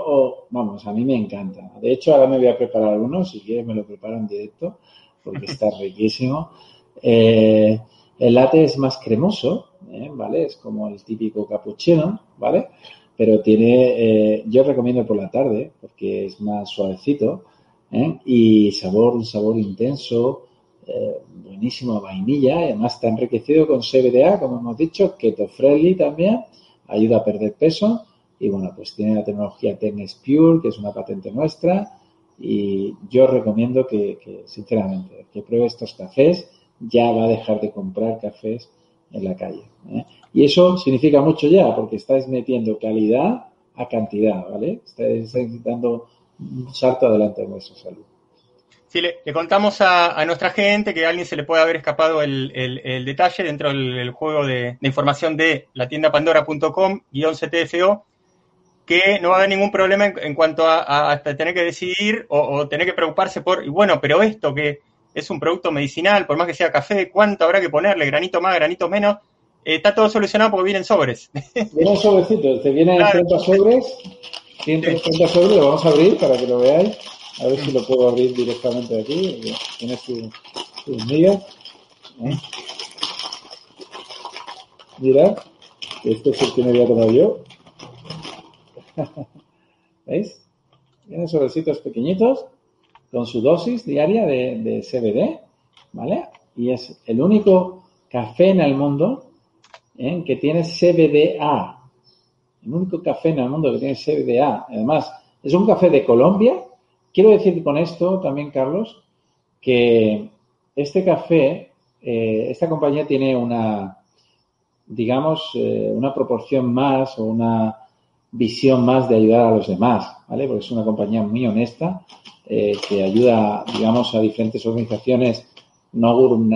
a mí me encanta. De hecho, ahora me voy a preparar uno, si quieres me lo preparo en directo, porque está riquísimo. El latte es más cremoso, ¿vale? Es como el típico cappuccino, ¿vale? Pero yo recomiendo por la tarde, porque es más suavecito, y un sabor intenso, buenísimo a vainilla, además está enriquecido con CBDA, como hemos dicho, keto friendly también, ayuda a perder peso, y bueno, pues tiene la tecnología Tenes Pure, que es una patente nuestra, y yo recomiendo que sinceramente, que pruebe estos cafés, ya va a dejar de comprar cafés en la calle, Y eso significa mucho ya, porque estáis metiendo calidad a cantidad, ¿vale? Estáis dando un salto adelante en vuestra salud. Sí, le contamos a nuestra gente que a alguien se le puede haber escapado el detalle dentro del juego de información de latiendapandora.com/CTFO, que no va a haber ningún problema en cuanto a tener que decidir o tener que preocuparse por, y bueno, pero esto que es un producto medicinal, por más que sea café, ¿cuánto habrá que ponerle? Granito más, granito menos. Está todo solucionado porque vienen sobres. Vienen sobrecitos, te vienen 30 sobres, 130 sobres, lo vamos a abrir para que lo veáis. A ver si lo puedo abrir directamente de aquí. Tiene sus migas. Mirad, este es el que me había tomado yo. ¿Veis? Tiene sobrecitos pequeñitos con su dosis diaria de CBD, ¿vale? Y es el único café en el mundo que tiene CBDA. El único café en el mundo que tiene CBDA. Además, es un café de Colombia. Quiero decir con esto también, Carlos, que este café, esta compañía tiene una proporción más o una visión más de ayudar a los demás, ¿vale? Porque es una compañía muy honesta que ayuda, digamos, a diferentes organizaciones no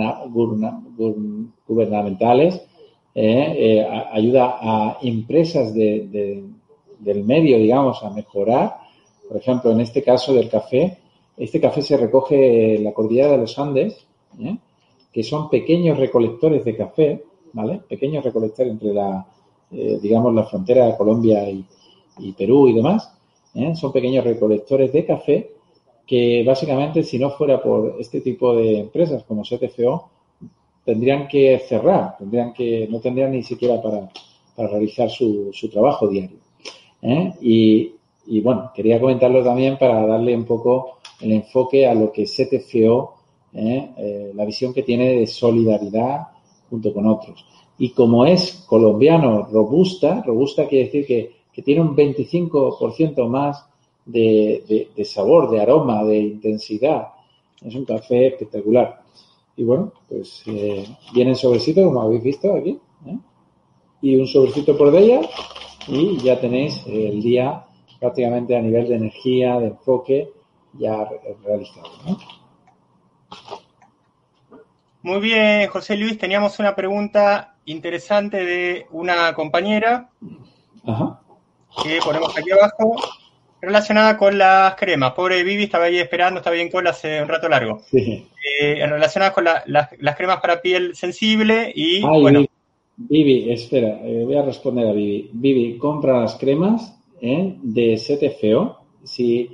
gubernamentales, ayuda a empresas del medio, digamos, a mejorar. Por ejemplo, en este caso del café, este café se recoge en la cordillera de los Andes, que son pequeños recolectores de café, ¿vale? Pequeños recolectores entre la frontera de Colombia y Perú y demás, son pequeños recolectores de café que básicamente, si no fuera por este tipo de empresas como CTFO, tendrían que cerrar, no tendrían ni siquiera para realizar su trabajo diario. Y bueno, quería comentarlo también para darle un poco el enfoque a lo que CTFO, la visión que tiene de solidaridad junto con otros. Y como es colombiano robusta quiere decir que tiene un 25% más de sabor, de aroma, de intensidad. Es un café espectacular. Y bueno, pues viene en sobrecito, como habéis visto aquí, y un sobrecito por ella, y ya tenéis el día prácticamente a nivel de energía, de enfoque, ya realizado, ¿no? Muy bien, José Luis, teníamos una pregunta interesante de una compañera Ajá. que ponemos aquí abajo, relacionada con las cremas. Pobre Vivi estaba ahí esperando, estaba bien cola hace un rato largo. Sí. Relacionadas con las cremas para piel sensible y, Ay, bueno, Vivi, espera, voy a responder a Vivi. Vivi, compra las cremas de CTFO. Si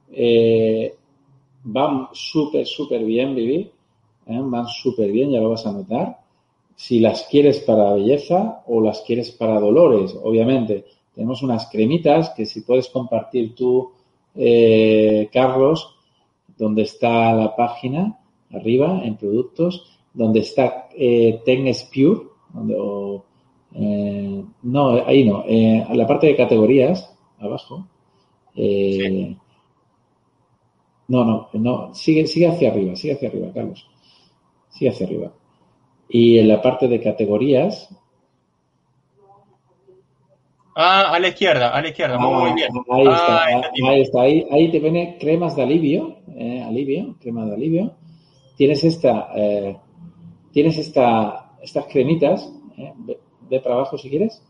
van súper bien, Vivi. Van súper bien, ya lo vas a notar. Si las quieres para belleza o las quieres para dolores, obviamente. Tenemos unas cremitas que si puedes compartir tú, Carlos, donde está la página, arriba, en productos, donde está Tecnes Pure, no, ahí no, a la parte de categorías, abajo. sí. No, sigue hacia arriba, Carlos. Sigue hacia arriba. Y en la parte de categorías. A la izquierda, muy bien. Ahí está. Ahí te viene cremas de alivio, crema de alivio. Tienes estas cremitas, ve para abajo si quieres.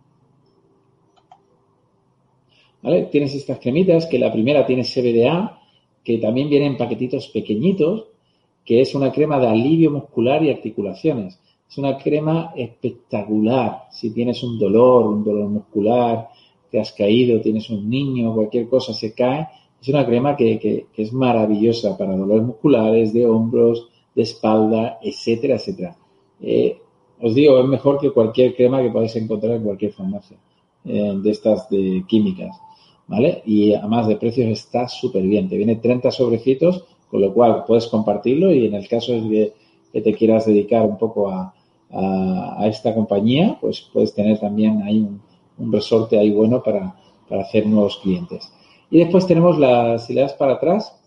¿Vale? Tienes estas cremitas, que la primera tiene CBDA, que también viene en paquetitos pequeñitos, que es una crema de alivio muscular y articulaciones. Es una crema espectacular. Si tienes un dolor muscular, te has caído, tienes un niño, cualquier cosa se cae, es una crema que es maravillosa para dolores musculares, de hombros, de espalda, etcétera, etcétera. Os digo, es mejor que cualquier crema que podáis encontrar en cualquier farmacia de estas de químicas, ¿vale? Y además de precios está súper bien. Te viene 30 sobrecitos, con lo cual puedes compartirlo y en el caso de que te quieras dedicar un poco a esta compañía, pues puedes tener también ahí un resorte ahí bueno para hacer nuevos clientes. Y después tenemos si le das para atrás.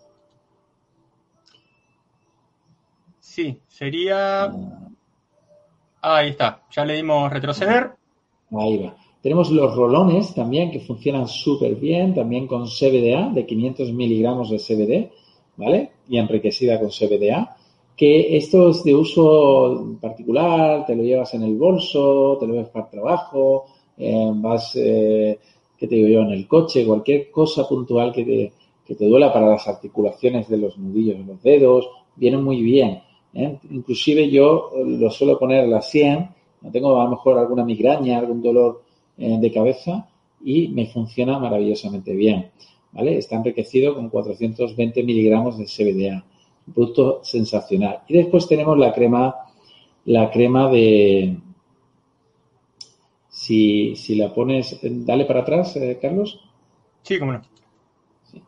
Sí, sería... Ahí está, ya le dimos retroceder. Ahí va. Tenemos los rolones también que funcionan súper bien, también con CBDA, de 500 miligramos de CBD, ¿vale? Y enriquecida con CBDA, que esto es de uso particular, te lo llevas en el bolso, te lo llevas para el trabajo, ¿qué te digo yo? En el coche, cualquier cosa puntual que te duela para las articulaciones de los nudillos de los dedos, viene muy bien. Inclusive yo lo suelo poner a las 100, tengo a lo mejor alguna migraña, algún dolor de cabeza y me funciona maravillosamente bien, ¿vale? Está enriquecido con 420 miligramos de CBDA, un producto sensacional. Y después tenemos la crema de... Si la pones, dale para atrás, Carlos. Sí, cómo no. Sí.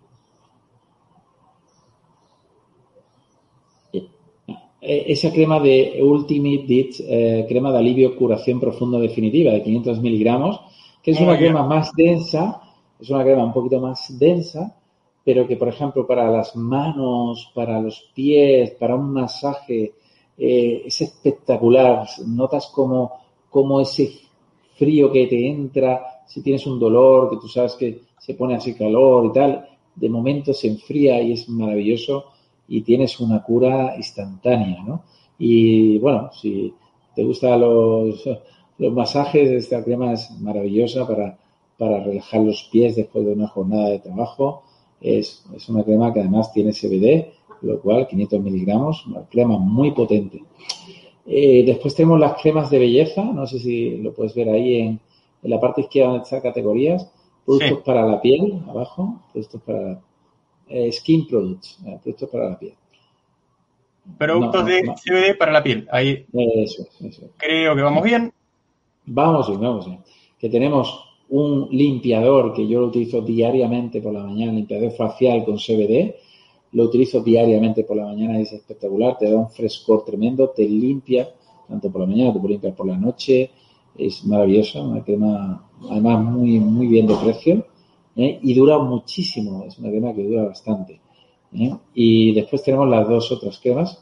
Esa crema de Ultimate Ditch, crema de alivio curación profundo definitiva de 500 miligramos, que es una crema más densa, es una crema un poquito más densa, pero que, por ejemplo, para las manos, para los pies, para un masaje, es espectacular. Notas como ese frío que te entra, si tienes un dolor, que tú sabes que se pone así calor y tal, de momento se enfría y es maravilloso y tienes una cura instantánea, ¿no? Y bueno, si te gustan los masajes, esta crema es maravillosa para relajar los pies después de una jornada de trabajo. Es una crema que además tiene CBD, lo cual 500 miligramos, una crema muy potente. Después tenemos las cremas de belleza, no sé si lo puedes ver ahí en la parte izquierda donde están categorías, productos para la piel, abajo, productos para skin products, productos para la piel. Productos de CBD para la piel, ahí eso. Creo que vamos bien. Vamos bien. Que tenemos un limpiador que yo lo utilizo diariamente por la mañana, limpiador facial con CBD. Lo utilizo diariamente por la mañana, es espectacular, te da un frescor tremendo, te limpia tanto por la mañana, te puede limpiar por la noche, es maravillosa, una crema además muy, muy bien de precio, y dura muchísimo, es una crema que dura bastante. Y después tenemos las dos otras cremas.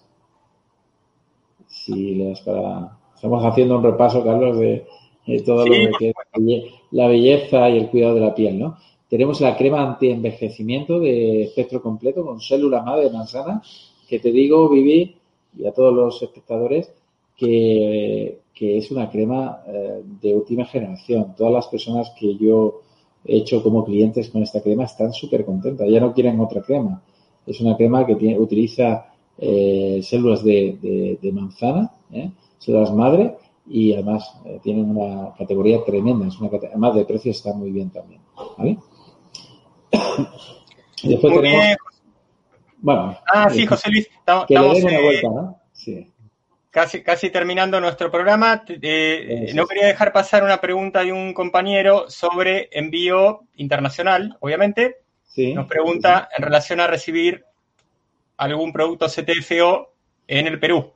Si le das para... Estamos haciendo un repaso, Carlos, de todo lo que es la belleza y el cuidado de la piel, ¿no? Tenemos la crema anti-envejecimiento de espectro completo con célula madre de manzana, que te digo, Vivi, y a todos los espectadores que es una crema de última generación. Todas las personas que yo he hecho como clientes con esta crema están súper contentas. Ya no quieren otra crema. Es una crema que utiliza células de manzana, células madre, y además tienen una categoría tremenda. Además de precio está muy bien también. ¿Vale? Y después muy tenemos... bien. Bueno, sí, José Luis, que le den una vuelta, ¿no? Sí. Casi terminando nuestro programa. No quería dejar pasar una pregunta de un compañero sobre envío internacional, obviamente. Sí, nos pregunta en relación a recibir algún producto CTFO en el Perú.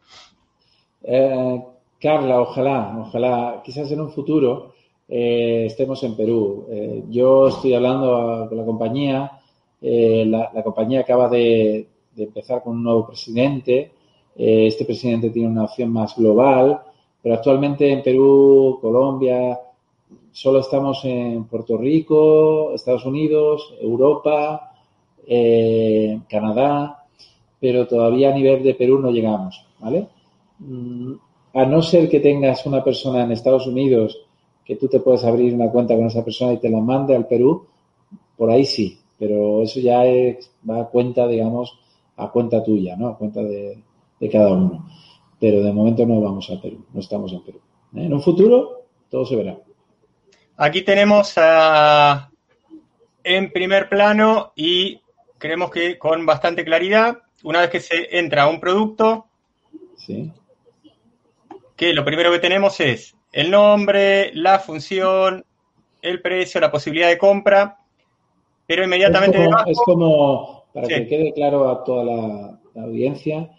Carla, ojalá, quizás en un futuro estemos en Perú. Yo estoy hablando con la compañía. La compañía acaba de empezar con un nuevo presidente. Este presidente tiene una opción más global, pero actualmente en Perú, Colombia, solo estamos en Puerto Rico, Estados Unidos, Europa, Canadá, pero todavía a nivel de Perú no llegamos, ¿vale? A no ser que tengas una persona en Estados Unidos que tú te puedes abrir una cuenta con esa persona y te la mande al Perú, por ahí sí, pero eso ya va a cuenta, digamos, a cuenta tuya, ¿no? A cuenta de cada uno. Pero de momento no vamos a Perú, no estamos en Perú. En un futuro todo se verá. Aquí tenemos en primer plano y creemos que con bastante claridad, una vez que se entra a un producto, sí, que lo primero que tenemos es el nombre, la función, el precio, la posibilidad de compra, pero inmediatamente debajo... Es como, para que quede claro a toda la audiencia,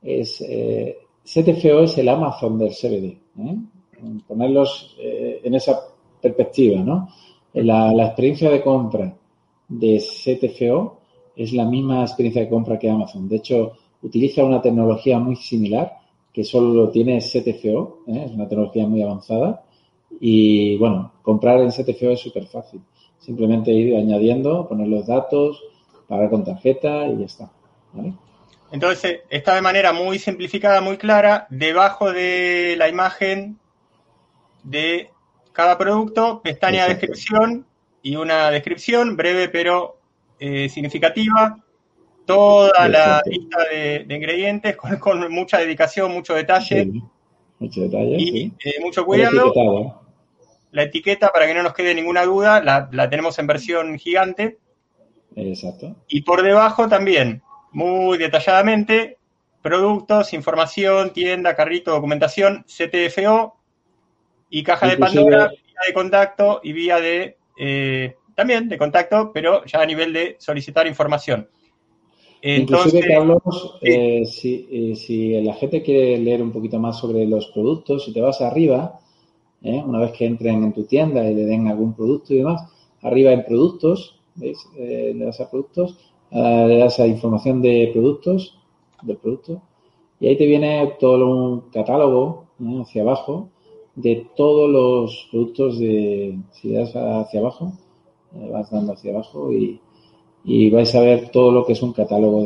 CTFO es el Amazon del CBD. Ponerlos en esa perspectiva, ¿no? La experiencia de compra de CTFO es la misma experiencia de compra que Amazon. De hecho, utiliza una tecnología muy similar que solo lo tiene CTFO, es una tecnología muy avanzada. Y bueno, comprar en CTFO es súper fácil. Simplemente ir añadiendo, poner los datos, pagar con tarjeta y ya está. ¿Vale? Entonces, está de manera muy simplificada, muy clara, debajo de la imagen de cada producto, pestaña de descripción y una descripción breve pero significativa. Toda la lista de ingredientes con mucha dedicación, mucho detalle. Sí, mucho detalle, y sí. Mucho cuidado. Etiquetado. La etiqueta, para que no nos quede ninguna duda, la tenemos en versión gigante. Exacto. Y por debajo también, muy detalladamente, productos, información, tienda, carrito, documentación, CTFO y caja de Pandora, vía de contacto y vía de también de contacto, pero ya a nivel de solicitar información. Entonces, inclusive, Carlos, si la gente quiere leer un poquito más sobre los productos, si te vas arriba, una vez que entren en tu tienda y le den algún producto y demás, arriba en productos, ¿veis? Le das a productos, le das a información de productos, del producto, y ahí te viene todo un catálogo hacia abajo de todos los productos si le das hacia abajo, vas dando hacia abajo y vais a ver todo lo que es un catálogo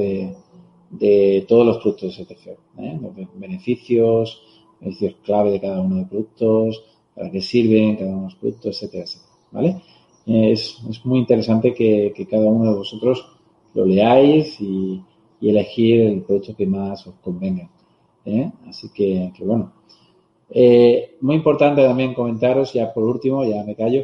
de todos los productos de CTFO, los beneficios clave de cada uno de los productos, para qué sirven cada uno de los productos, etcétera, etcétera, ¿vale? Es muy interesante que cada uno de vosotros lo leáis y elegir el producto que más os convenga. Así que bueno. Muy importante también comentaros, ya por último, ya me callo,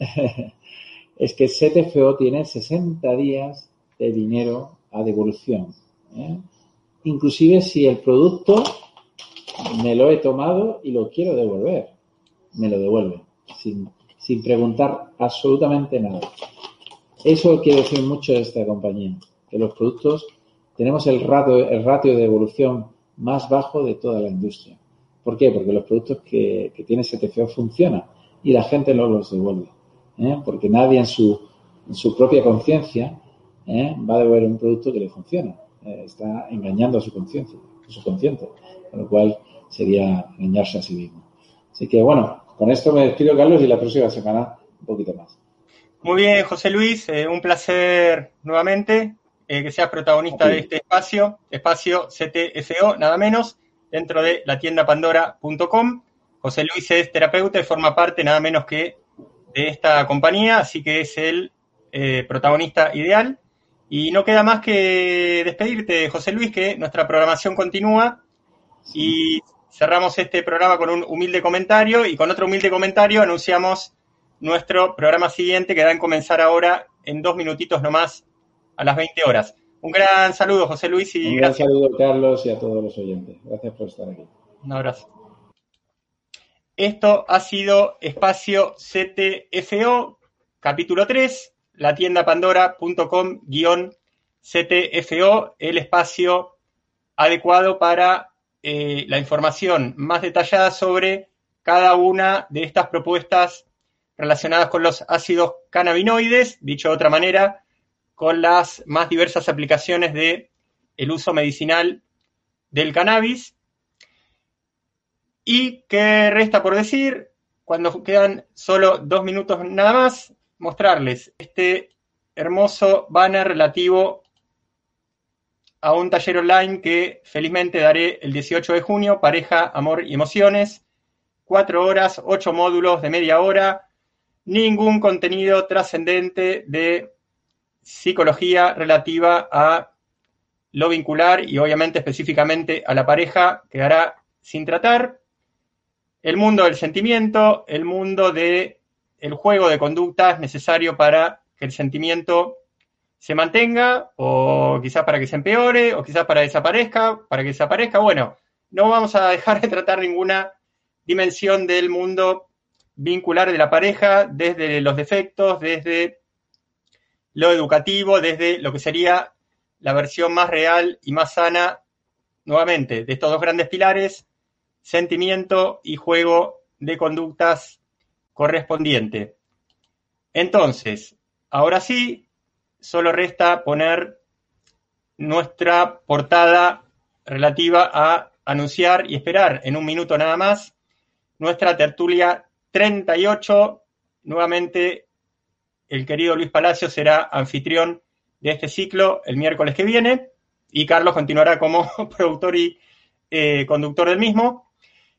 es que CTFO tiene 60 días de dinero a devolución. Inclusive si el producto me lo he tomado y lo quiero devolver, me lo devuelve, sin preguntar absolutamente nada. Eso quiere decir mucho de esta compañía, que los productos tenemos el ratio de devolución más bajo de toda la industria. ¿Por qué? Porque los productos que tiene CTFO funcionan y la gente no los devuelve. Porque nadie en su propia conciencia va a devolver un producto que le funciona. Está engañando a su conciencia, su consciente, con lo cual sería engañarse a sí mismo. Así que bueno, con esto me despido, Carlos, y la próxima semana un poquito más. Muy bien, José Luis, un placer nuevamente que seas protagonista de este espacio CTFO, nada menos. dentro de latiendapandora.com. José Luis es terapeuta y forma parte nada menos que de esta compañía, así que es el protagonista ideal. Y no queda más que despedirte, José Luis, que nuestra programación continúa y cerramos este programa con un humilde comentario y con otro humilde comentario anunciamos nuestro programa siguiente que va a comenzar ahora en 2 minutitos nomás a las 20 horas. Un gran saludo, José Luis, y gracias. Un gran saludo, Carlos, y a todos los oyentes. Gracias por estar aquí. Un abrazo. Esto ha sido Espacio CTFO, capítulo 3, latiendapandora.com/CTFO, el espacio adecuado para la información más detallada sobre cada una de estas propuestas relacionadas con los ácidos cannabinoides, dicho de otra manera, con las más diversas aplicaciones del uso medicinal del cannabis. ¿Y qué resta por decir? Cuando quedan solo 2 minutos nada más, mostrarles este hermoso banner relativo a un taller online que felizmente daré el 18 de junio, Pareja, Amor y Emociones, 4 horas, 8 módulos de media hora, ningún contenido trascendente de psicología relativa a lo vincular y obviamente específicamente a la pareja quedará sin tratar. El mundo del sentimiento, el mundo del juego de conductas necesario para que el sentimiento se mantenga, o quizás para que se empeore, o quizás para que desaparezca. Bueno, no vamos a dejar de tratar ninguna dimensión del mundo vincular de la pareja, desde los defectos, desde lo educativo, desde lo que sería la versión más real y más sana, nuevamente, de estos 2 grandes pilares, sentimiento y juego de conductas correspondiente. Entonces, ahora sí, solo resta poner nuestra portada relativa a anunciar y esperar en 1 minuto nada más nuestra tertulia 38. Nuevamente, el querido Luis Palacio será anfitrión de este ciclo el miércoles que viene y Carlos continuará como productor y conductor del mismo.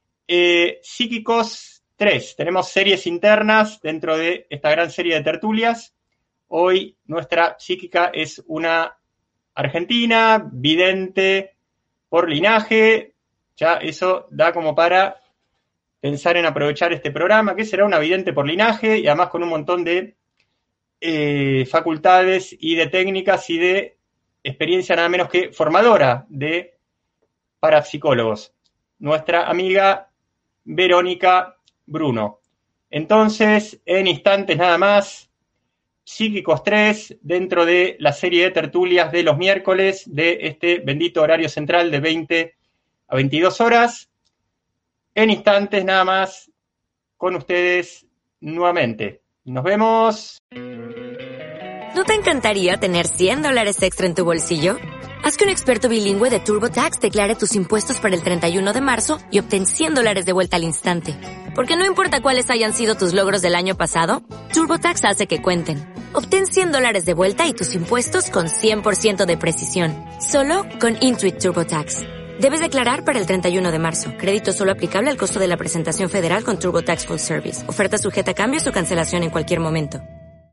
Psíquicos 3. Tenemos series internas dentro de esta gran serie de tertulias. Hoy nuestra psíquica es una argentina, vidente por linaje. Ya eso da como para pensar en aprovechar este programa, que será una vidente por linaje y además con un montón de facultades y de técnicas y de experiencia nada menos que formadora de parapsicólogos. Nuestra amiga Verónica Bruno. Entonces, en instantes nada más, Psíquicos 3, dentro de la serie de tertulias de los miércoles de este bendito horario central de 20 a 22 horas. En instantes nada más, con ustedes nuevamente. Nos vemos. ¿No te encantaría tener $100 extra en tu bolsillo? Haz que un experto bilingüe de TurboTax declare tus impuestos para el 31 de marzo y obtén $100 de vuelta al instante. Porque no importa cuáles hayan sido tus logros del año pasado, TurboTax hace que cuenten. Obtén $100 de vuelta y tus impuestos con 100% de precisión. Solo con Intuit TurboTax. Debes declarar para el 31 de marzo. Crédito solo aplicable al costo de la presentación federal con TurboTax Full Service. Oferta sujeta a cambios o cancelación en cualquier momento.